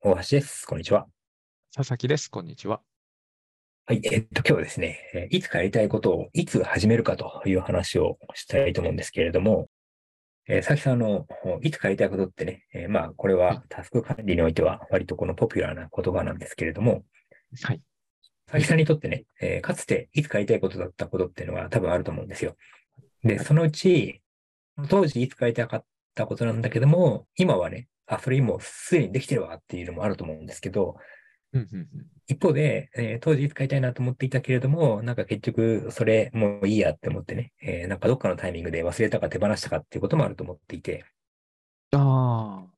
大橋です。こんにちは。 佐々木です。こんにちは。 はい。今日はですね、いつかやりたいことをいつ始めるかという話をしたいと思うんですけれども、佐々木さん、いつかやりたいことってね、まあ、これはい。 はタスク管理においては割とこのポピュラーな言葉なんですけれども、 はい。 佐々木さんにとってね、かつていつかやりたいことだったことっていうのは多分あると思うんですよ。で、 はい。 そのうち、当時いつかやりたかったことなんだけども、今はね、それもうすでにできてるわっていうのもあると思うんですけど、 うん、うん、うん。 一方で、当時いつ買いたいなと思っていたけれども、なんか結局それもういいやって思ってね、なんかどっかのタイミングで忘れたか手放したかっていうこともあると思っていて、 ああ、はい、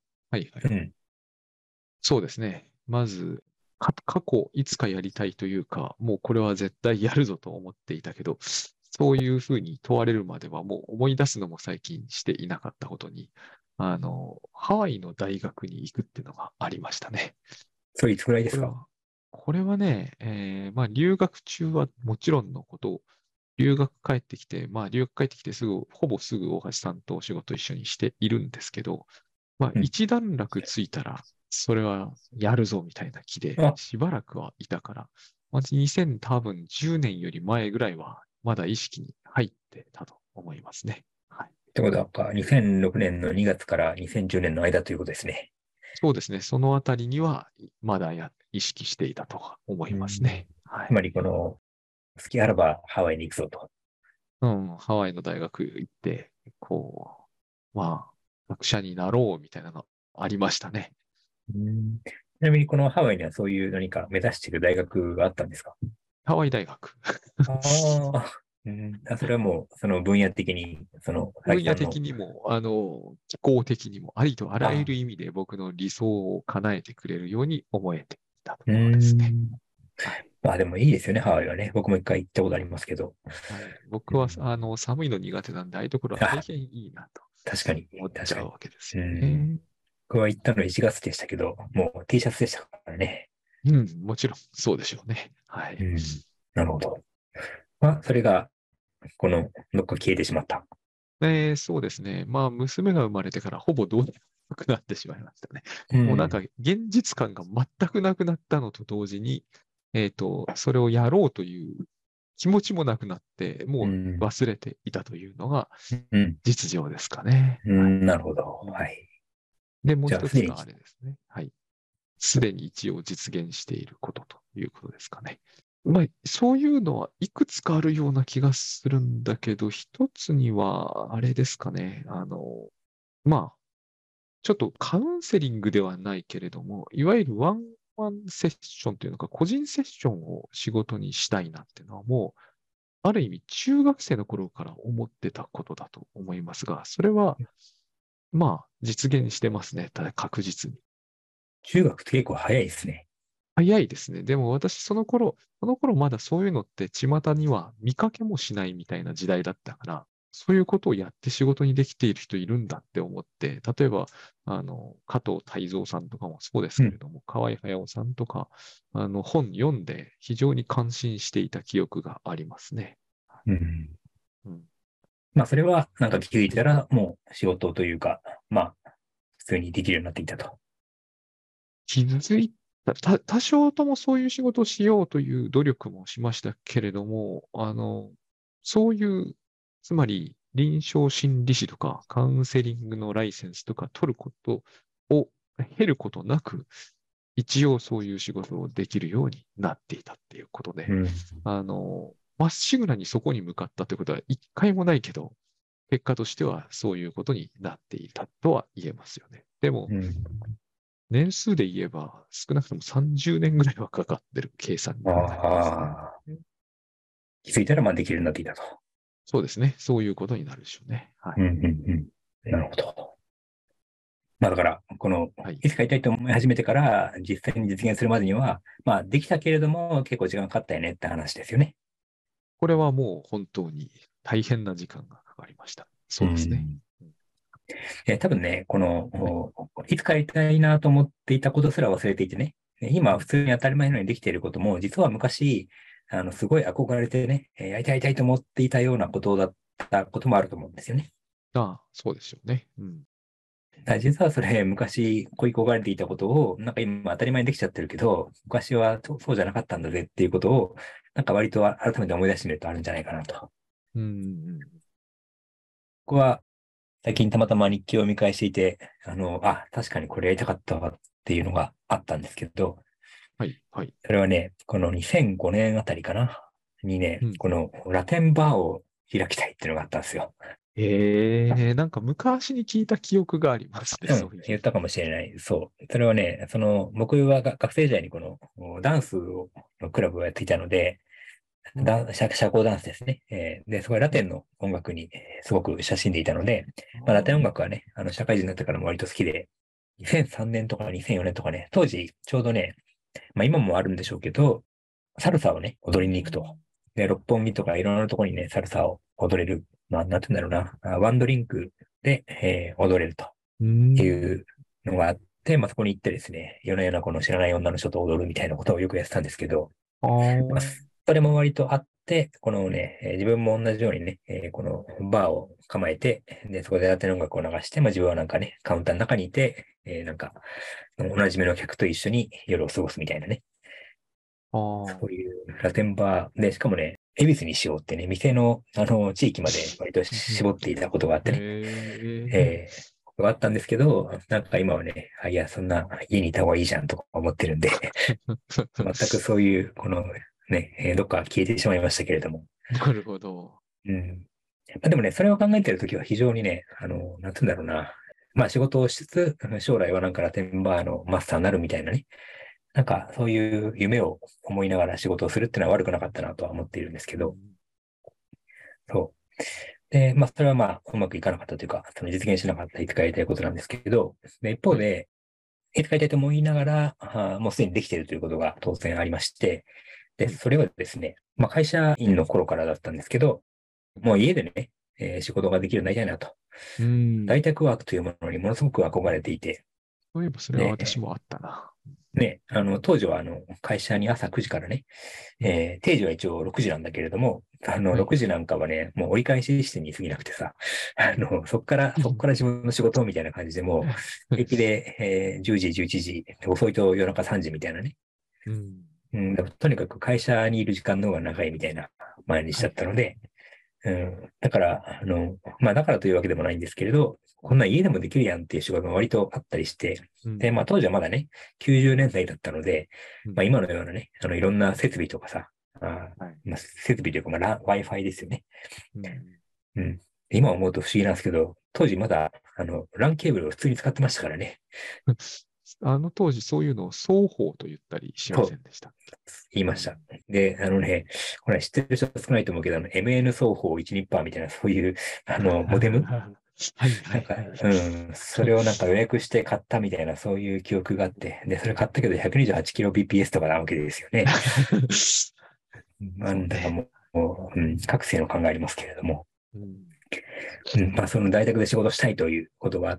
はい。 うん。 そうですね。まず、過去いつかやりたいというか、もうこれは絶対やるぞと思っていたけど、そういうふうに問われるまではもう思い出すのも最近していなかったことに、ハワイの大学に行くっていうのがありましたね。 それいつぐらいですか？ これは、これはね、まあ留学中はもちろんのこと、留学帰ってきて、まあ留学帰ってきてほぼすぐ大橋さんとお仕事一緒にしているんですけど、まあうん。 一段落ついたら、それはやるぞみたいな気で、 あ、 しばらくはいたから、まず2000多分10年より前ぐらいは、まだ意識に入ってたと思いますね。はい。 ってことは、2006年の2月から2010年の間ということですね。 そうですね。そのあたりには、まだ意識していたとは思いうん。 ますね。はい。 つまり好きあらばハワイに行くぞと。 うん、ハワイの大学行って、まあ、学者になろうみたいなのありましたね。 うん。ちなみにこのハワイにはそういう何か目指している大学があったんですか？ ハワイ大学。 ああ、うん。それはもう、その分野的に、佐々 分野木さんの、 的にも、気候的にも、ありとあらゆあ、 る意味で僕の理想を叶えてくれるように思えていたとうころですね。 ん。 はい。 まあでもいいですよね、ハワイはね。僕も一回行ったことありますけど。 はい。僕は、 うん、 寒いの苦手なんで、ああいうところは大あ、 変いいなと確かに、 思っちゃう確かに。 わけですうよん。 ね。 僕は行ったの1月でしたけど、もう T シャツでしたからね。 うん、もちろん、そうでしょうね。はい。 うん。なるほど。まあ、それが、どっか消えてしまった。 そうですね。まあ、娘が生まれてからほぼどうでもなくなってしまいましたね。もうなんか、 うん。 現実感が全くなくなったのと同時に、それをやろうという気持ちもなくなって、もううん。 忘れていたというのがうん。 実情ですかね。はい。 うん。なるほど。はい。 で、もうじゃあ、すでに、 一つがあれですね。はい。すでに一応実現していることということですかね。まあ、そういうのはいくつかあるような気がするんだけど、一つには、あれですかね。まあ、ちょっとカウンセリングではないけれども、いわゆるワンワンセッションというのか、個人セッションを仕事にしたいなっていうのはもう、ある意味中学生の頃から思ってたことだと思いますが、それは、まあ、実現してますね。ただ確実に。 中学って結構早いですね。 早いですね。でも私、その頃まだそういうのって巷には見かけもしないみたいな時代だったから、そういうことをやって仕事にできている人いるんだって思って、例えば、加藤泰造さんとかもそうですうん。 けれども、河合駿さんとか、本読んで非常に感心していた記憶がありますね。 うん。 うん、 まあ、それは、なんか気づいたら、もう仕事というか、まあ、普通にできるようになっていたと。 気づい多少ともそういう仕事をしようという努力もしましたけれども、そういう、つまり臨床心理士とかカウンセリングのライセンスとか取ることを経ることなく、一応そういう仕事をできるようになっていたっていうことで、 うん。 まっしぐらにそこに向かったということは一回もないけど、結果としてはそういうことになっていたとは言えますよね。でも、 うん。 年数で言えば、少なくとも30年ぐらいはかかってる計算にあなりますね。 あ、気づいたら、まあ、できるようになっていたと。 そうですね。そういうことになるでしょうね。はうん、 い。 うん、うん。なるほど。まあ、だから、 はい。 いつかやりたいと思い始めてから、実際に実現するまでには、まあ、できたけれども、結構時間かかったよねって話ですよね。 これはもう本当に大変な時間がかかりました。 うそうですね。 ん。 うん。 多分ね、 はい。 いつかやりたいなと思っていたことすら忘れていてね、今普うん。 通に当たり前のようにできていることも、実は昔、すごい憧れてね、やりたいと思っていたようなことだったこともあると思うんですよね。 ああ、そうですよね。うん。 実はそれ、昔恋焦がれていたことを、なんか今当たり前にできちゃってるけど、昔はそうじゃなかったんだぜっていうことを、なんか割と改めて思い出してみるとあるんじゃないかなと。こうん。 こは最近たまたま日記を見返していて、確かにこれやりたかったわっていうのがあったんですけど、 はい、はい。 それはね、この2005年あたりかな、にね、 うん。 このラテンバーを開きたいっていうのがあったんですよ。 なんか昔に聞いた記憶がありますね、 うん、 そういう。 言ったかもしれない。そう。それはね、僕は学生時代にこのダンスのクラブをやっていたので、 うん。 社交ダンスですね。で、そこでラテンの音楽にすごく親しんでいたので、まあ、ラテン音楽はね、社会人になってからも割と好きで、2003年とか2004年とかね、当時ちょうどね、まあ今もあるんでしょうけど、サルサをね、踊りに行くと。で、六本木とかいろんなところにね、サルサを踊れる。まあ、なんて言うんだろうな。ワンドリンクで、踊れるとうん。 いうのがあって、まあそこに行ってですね、夜な夜なこの知らない女の人と踊るみたいなことをよくやってたんですけど、 あまあ、 あ。 それも割とあって、このね、自分も同じようにね、このバーを構えて、で、そこでラテン音楽を流して、まあ自分はなんかね、カウンターの中にいて、なんか、おなじみの客と一緒に夜を過ごすみたいなね、 ああ。 そういうラテンバーで、しかもね、恵比寿にしようってね、店の、地域まで割とうん。 絞っていたことがあってね、 ええ。 ことがあったんですけど、なんか今はね、いや、そんな家にいた方がいいじゃんとか思ってるんで、全くそういう、このね、どっか消えてしまいましたけれども。 なるほど。 うん。まあでもね、それを考えてるときは非常にね、なんて言うんだろうな。まあ仕事をしつつ、将来はなんかラテンバーのマスターになるみたいなね。なんかそういう夢を思いながら仕事をするっていうのは悪くなかったなとは思っているんですけど、 うん。 そう。で、まあそれはまあうまくいかなかったというか、その実現しなかったいつかやりたいことなんですけど、で一方はい。 で、いつかやりたいと思いながら、もうすでにできているということが当然ありまして、で、 はい。 それはですね、まあ会社員の頃からだったんですけど、もう家でね、仕事ができるようになりたいなと。 うん。 在宅ワークというものにものすごく憧れていて、 そういえばそれは私で、 もあったな。 ね、当時は会社に朝9時からね、 うん。 定時は一応6時なんだけれども、 はい。 6時なんかはね、もう折り返し地点に過ぎなくてさ、 うん。 そっから自分の仕事みたいな感じでもう、平気で、10時、11時、遅いと夜中3時みたいなね。 うん。 うん、だからとにかく会社にいる時間の方が長いみたいな毎日はい。 だったので、うん、だから、まあだからというわけでもないんですけれど、こんなん家でもできるやんっていう仕事が割とあったりして、で、 うん。 まあ当時はまだね、90年代だったので、 うん。 まあ今のようなね、いろんな設備とかさ、 はい。 まあ、設備というか、まあ、Wi-Fi ですよね。 うん。 うん。今思うと不思議なんですけど、当時まだ、LAN ケーブルを普通に使ってましたからね。 あの当時そういうのを双方と言ったりしまとせんでしたっけ？ 言いました。 うん。 で、これ知ってる人少ないと思うけど、MN 双方1ニッパーみたいな、そういう、モデムはいはなんか、 いはい。 それをなんか予約して買ったみたいな、そういう記憶があって、で、それ買ったけど 128kbps とかなわけですよね。なんだかそうね。 もう、覚醒の感がありますけれども、 うん。 まあ、その在宅で仕事したいということがあって、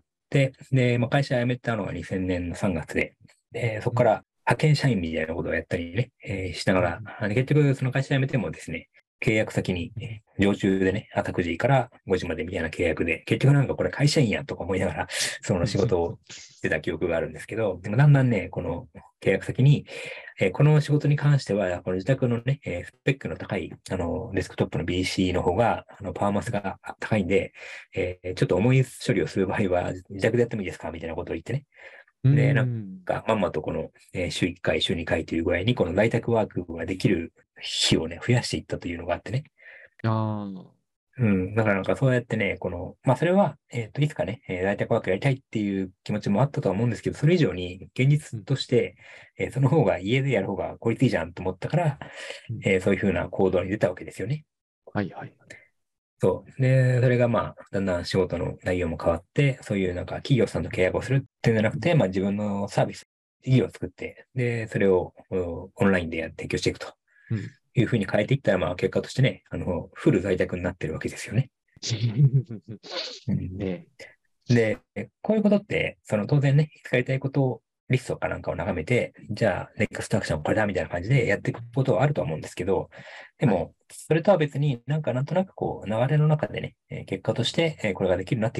で、まあ、会社辞めたのが2000年の3月で、そこうん。 から派遣社員みたいなことをやったりね、しながら、 うん。 結局その会社辞めてもですね、契約先に、常駐でね、朝9時から5時までみたいな契約で、結局なんかこれ会社員やとか思いながら、その仕事をしてた記憶があるんですけど、でもだんだんね、この契約先に、この仕事に関しては、この自宅のね、スペックの高い、デスクトップの BC の方が、パフォーマンスが高いんで、ちょっと重い処理をする場合は、自宅でやってもいいですかみたいなことを言ってね。 うで、なんん。 か、まんまとこの、週1回、週2回という具合に、この在宅ワークができる日をね、増やしていったというのがあってね。 ああ。 うん。だからなんかそうやってね、まあそれは、いつかね、在宅ワークやりたいっていう気持ちもあったとは思うんですけど、それ以上に現実うん。 として、その方が家でやる方が効率いいじゃんと思ったから、 うん。 そういうふうな行動に出たわけですよね。 はいはい。 そう。で、それがまあ、だんだん仕事の内容も変わって、そういうなんか企業さんと契約をするっていうんじゃなくて、まあ自分のサービス、事業を作って、で、それをオンラインで提供していくとうん。 いうふうに変えていったら、まあ結果としてね、フル在宅になってるわけですよね。うん。 ねで、こういうことって、当然ね、使いたいことを、リストかなんかを眺めて、じゃあ、ネクストアクションこれだみたいな感じでやっていくことはあるとは思うんですけど、ではい。 も、それとは別になんとなくこう、流れの中でね、結果として、これができるようになっていくと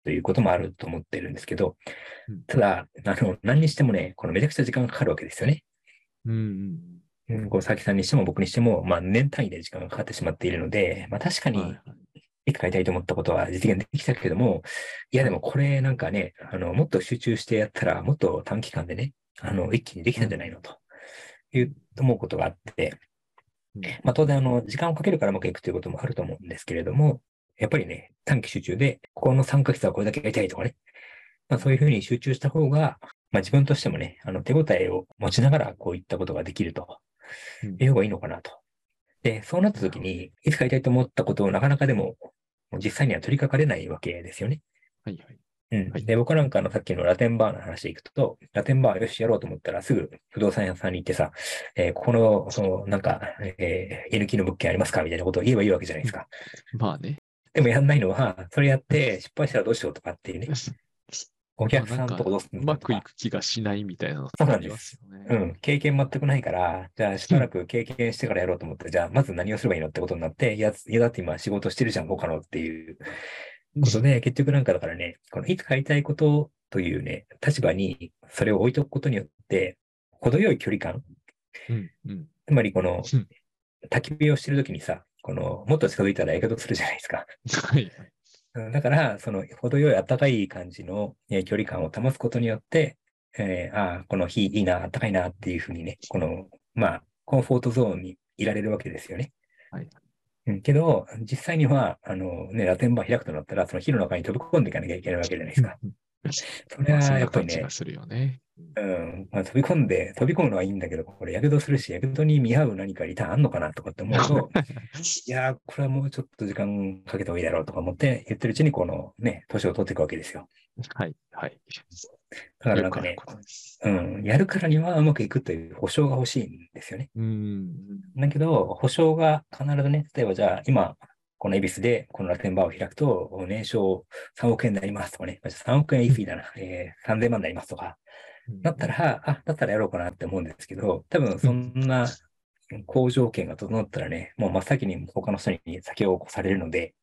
ということもあると思ってるんですけど、 うんただ、何にしてもね、このめちゃくちゃ時間がかかるわけですよね。 うんこう、佐々木さんにしても僕にしても、まあ、年単位で時間がかかってしまっているので、まあ、確かはいに、 はい。 いつかやりたいと思ったことは実現できたけども、いや、ではい。 もこれなんかね、もっと集中してやったら、もっと短期間でね、一気にできたんじゃないのと思うことがあって、 うん。 まあ、当然、時間をかけるからうまくいくということもあると思うんですけれども、やっぱりね、短期集中で、この3ヶ月はこれだけやりたいとかね、まあ、そういうふうに集中した方が、まあ、自分としてもね、手応えを持ちながらこういったことができるとうん。 いう方がいいのかなと。で、そうなったなるほど。 時に、いつかやりたいと思ったことをなかなかでも、実際には取り掛かれないわけですよね。 はいはい。 うん。 はい。 で、僕なんかのさっきのラテンバーの話でいくと、ラテンバーよしやろうと思ったらすぐ不動産屋さんに行ってさ、ここの、なんか、居抜きの物件ありますかみたいなことを言えばいいわけじゃないでうん。 すか。 まあね。 でもやんないのは、それやって失敗したらどうしようとかっていうね、おまあ客さんとなんか、 かどうするうまのかとか、 くいく気がしないみたいなのそうなありまんです。 すよね。 うん。経験全くないから、じゃあしばらく経験してからやろうと思って、じゃあまず何をすればいいのってことになって、いやだって今仕事してるじゃん、他のっていうことで、結局なんかだからね、このいつかやりたいことというね、立場にそれを置いとくことによって、程よい距離感、 うん、うん、 つまりこのうん。 焚き火をしてるときにさ、もっと近づいたらやけどするじゃないですか。 はいはい。 だから、その程よい暖かい感じの距離感を保つことによって、この日いいな、暖かいなっていうふうにね、まあ、コンフォートゾーンにいられるわけですよね。 はい。 けど、実際には、ラテンバー開くとなったら、その火の中に飛び込んでいかなきゃいけないわけじゃないですか。 うんうん。 それはまあそんなやっぱりね、 感じがするよね。 まあ、飛び込むのはいいんだけど、これ、やけどするし、やけどに見合う何かリターンあんのかなとかって思うと、いやー、これはもうちょっと時間かけた方がいいだろうとか思って言ってるうちに、このね、年を取っていくわけですよ。 はい、はい。 だからなよくあるんかね、 ことです。 やるからにはうまくいくという保証が欲しいんですよね。 うん。 だけど、保証が必ずね、例えばじゃあ今、この恵比寿でこの楽天バーを開くと、年商3億円になりますとかね、3億円言い過ぎだな、3000万になりますとか、だったら、だったらやろうかなって思うんですけど、多分そんな好条件が整ったらね、もう真っ先に他の人に先を越されるので、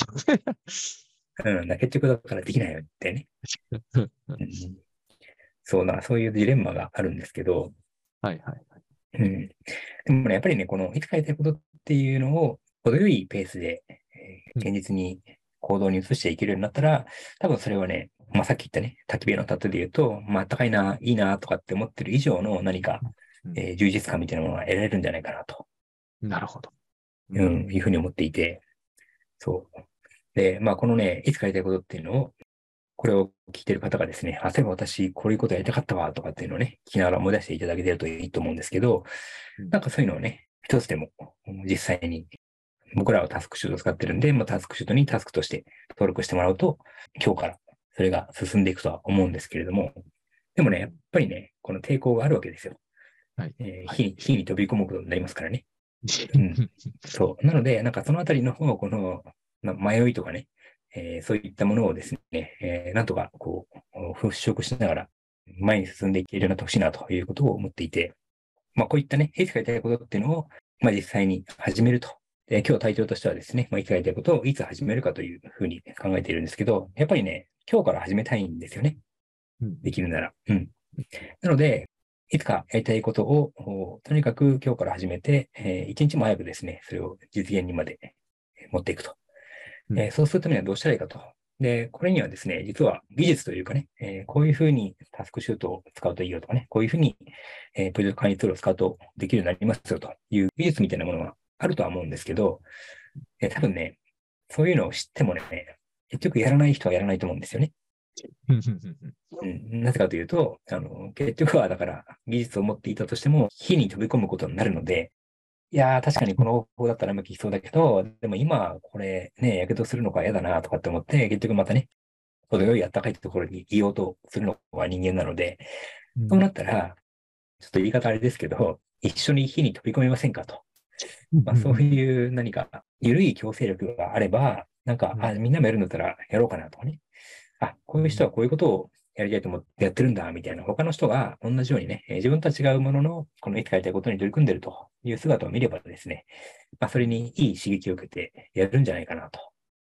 結局だからできないよってね。うん、そういうジレンマがあるんですけど、 はいはい。 うん。でもね、やっぱりね、このいつかやりたいことっていうのを、程よいペースで、現実に行動に移していけるようになったら、多分それはね、まあ、さっき言ったね、焚き火の例えで言うと、まあ、高いな、いいな、とかって思ってる以上の何か、 うん。 充実感みたいなものが得られるんじゃないかなと、 なるほど。ういうふうに思っていて、そう。で、まあ、このね、いつかやりたいことっていうのを、これを聞いてる方がですね、そういえば私、こういうことやりたかったわ、とかっていうのをね、聞きながら思い出していただけてるといいと思うんですけど、 ん。 なんかそういうのをね、一つでも実際に僕らはタスクシュートを使ってるんで、まあ、タスクシュートにタスクとして登録してもらうと、今日からそれが進んでいくとは思うんですけれども、でもね、やっぱりね、この抵抗があるわけですよ。 はい。はい。 火に飛び込むことになりますからね。うん。そう。なので、なんかそのあたりの方、迷いとかね、そういったものをですね、なんとかこう、払拭しながら前に進んでいけるようになってほしいなということを思っていて、まあこういったね、いつかやりたいことっていうのを、まあ実際に始めると。今日タイトルとしてはですね、まあいつかやりたいことをいつ始めるかというふうに考えているんですけど、やっぱりね、今日から始めたいんですよね。 うん。 できるなら。うん。なので、いつかやりたいことを、とにかく今日から始めて、一日も早くですね、それを実現にまで持っていくと。 うん。 そうするためにはどうしたらいいかと。で、これにはですね、実は技術というかね、こういうふうにタスクシュートを使うといいよとかね、こういうふうに、プロジェクト管理ツールを使うとできるようになりますよという技術みたいなものがあるとは思うんですけど、多分ね、そういうのを知ってもね、結局やらない人はやらないと思うんですよね。なぜかというと、結局はだから技術を持っていたとしても、火に飛び込むことになるので、いやー、確かにこの方法だったらうまくいきそうだけど、でも今、これね、やけどするのか嫌だなとかって思って、結局またね、程よい暖かいところにいようとするのが人間なので、そうなったら、ちょっと言い方あれですけど、一緒に火に飛び込みませんかと。まあそういう何か緩い強制力があれば、なんか、みんなもやるんだったらやろうかなとかね。こういう人はこういうことをやりたいと思ってやってるんだ、みたいな、他の人が同じようにね、自分とは違うものの、このいつかやりたいことに取り組んでるという姿を見ればですね、それにいい刺激を受けてやるんじゃないかなと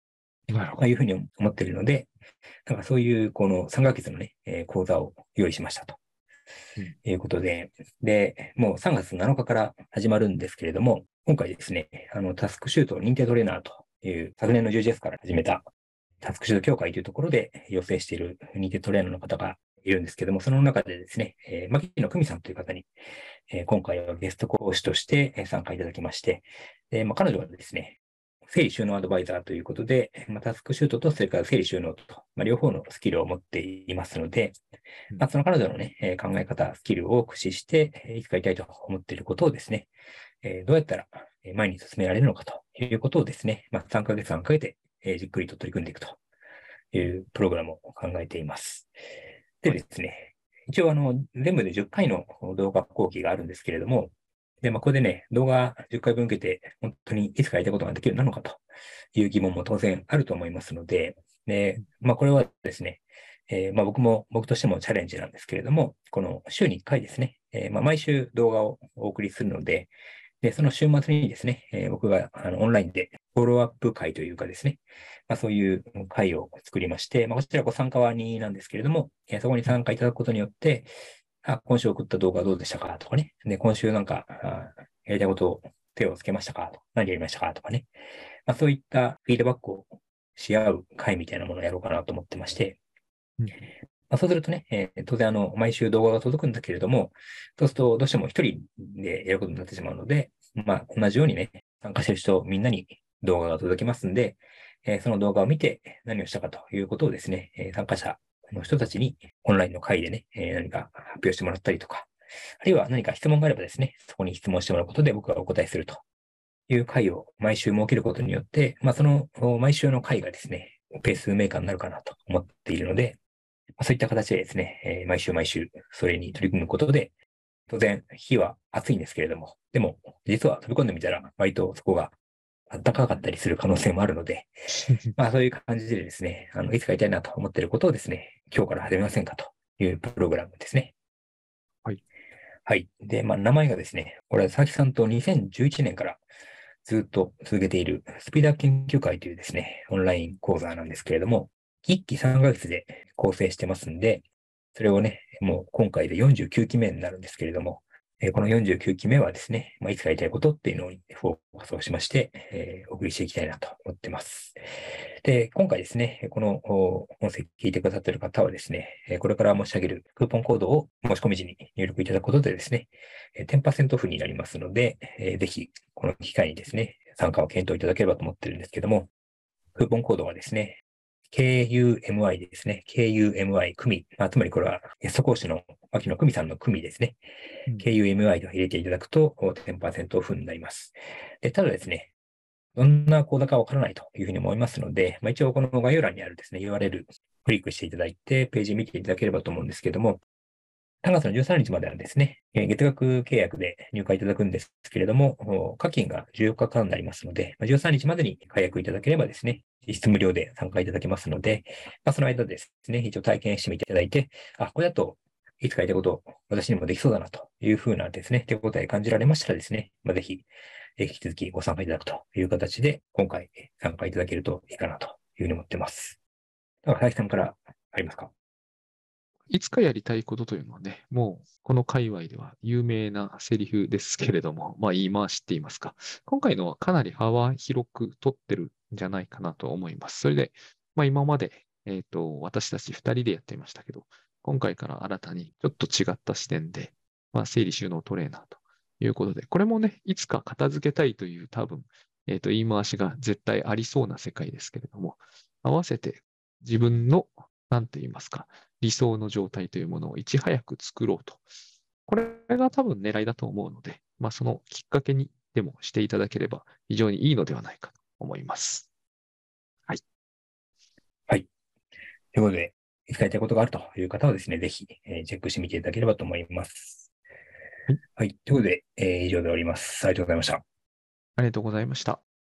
いうふうなるほど。 に思っているので、なんかそういうこの3ヶ月のね、講座を用意しましたとうん。 いうことで、で、もう3月7日から始まるんですけれども、今回ですね、タスクシュート認定トレーナーという昨年の11月から始めたタスクシュート協会というところで養成している認定トレーナーの方がいるんですけども、その中でですね、牧野久美さんという方に、今回はゲスト講師として参加いただきまして、で、彼女はですね、整理収納アドバイザーということで、タスクシュートとそれから整理収納と、両方のスキルを持っていますので、 うん。 その彼女のね、考え方、スキルを駆使して、いつかやりたいと思っていることをですね、どうやったら前に進められるのかということをですね、3ヶ月間かけて、じっくりと取り組んでいくというプログラムを考えています。ではい。 ですね、一応全部で10回の動画講義があるんですけれども、で、ここでね、動画10回分受けて、本当にいつかやりたいことができるのかという疑問も当然あると思いますので、で、これはですね、僕としてもチャレンジなんですけれども、この週に1回ですね、毎週動画をお送りするので、で、その週末にですね、僕がオンラインでフォローアップ会というかですね、そういう会を作りまして、こちらご参加は2なんですけれども、そこにうん。 参加いただくことによって、今週送った動画はどうでしたかとかね、で、今週なんか、やりたいことを手をつけましたかとか、何やりましたかとかね、そういったフィードバックをし合う会みたいなものをやろうかなと思ってまして、 うん。 そうするとね、当然毎週動画が届くんだけれども、そうするとどうしても一人でやることになってしまうので、同じようにね、参加してる人みんなに動画が届きますんで、その動画を見て何をしたかということをですね、参加者の人たちにオンラインの会でね、何か発表してもらったりとか、あるいは何か質問があればですね、そこに質問してもらうことで僕がお答えするという会を毎週設けることによって、その毎週の会がですね、ペースメーカーになるかなと思っているので、そういった形でですね、毎週毎週それに取り組むことで、当然日は暑いんですけれども、でも実は飛び込んでみたら割とそこが暖かかったりする可能性もあるので、そういう感じでですね、いつかやりたいなと思っていることをですね、今日から始めませんかというプログラムですね。 はい。 はい。で、名前がですね、これは佐々木さんと2011年からずっと続けているスピーダー研究会というですね、オンライン講座なんですけれども、1期3ヶ月で構成してますんで、それをね、もう今回で49期目になるんですけれども、この49期目はですね、いつかやりたいことっていうのにフォーカスをしまして、お送りしていきたいなと思ってます。で、今回ですね、この音声聞いてくださっている方はですね、これから申し上げるクーポンコードを申し込み時に入力いただくことでですね、10%オフになりますので、ぜひこの機会にですね、参加を検討いただければと思ってるんですけども、クーポンコードはですね、KUMI ですね。KUMI 組。つまりこれはゲスト講師の牧野久美さんの組ですね。 うん。 KUMI と入れていただくと10%オフになります。で、ただですね、どんな講座かわからないというふうに思いますので、一応この概要欄にあるですね、URL クリックしていただいて、ページ見ていただければと思うんですけども、3月の13日まではですね、月額契約で入会いただくんですけれども、課金が14日間になりますので、13日までに解約いただければですね、実質無料で参加いただけますので、その間ですね、一応体験してみていただいて、これだといつかやりたいこと私にもできそうだなというふうなですね、手応え感じられましたらですね、ぜひ、引き続きご参加いただくという形で、今回参加いただけるといいかなというふうに思ってます。だから、佐々木さんからありますか？ いつかやりたいことというのはね、もうこの界隈では有名なセリフですけれども、言い回しって言いますか。今回のはかなり幅広く取ってるんじゃないかなと思います。それで、今まで、私たち二人でやっていましたけど、今回から新たにちょっと違った視点で、整理収納トレーナーということで、これもね、いつか片付けたいという多分、言い回しが絶対ありそうな世界ですけれども、合わせて自分の、なんて言いますか、理想の状態というものをいち早く作ろうと。これが多分狙いだと思うので、そのきっかけにでもしていただければ非常にいいのではないかと思います。はい。 はい。ということで、いつかやりたいことがあるという方はですね、ぜひ、チェックしてみていただければと思います。 はい。 はい。ということで、以上で終わります。ありがとうございました。 ありがとうございました。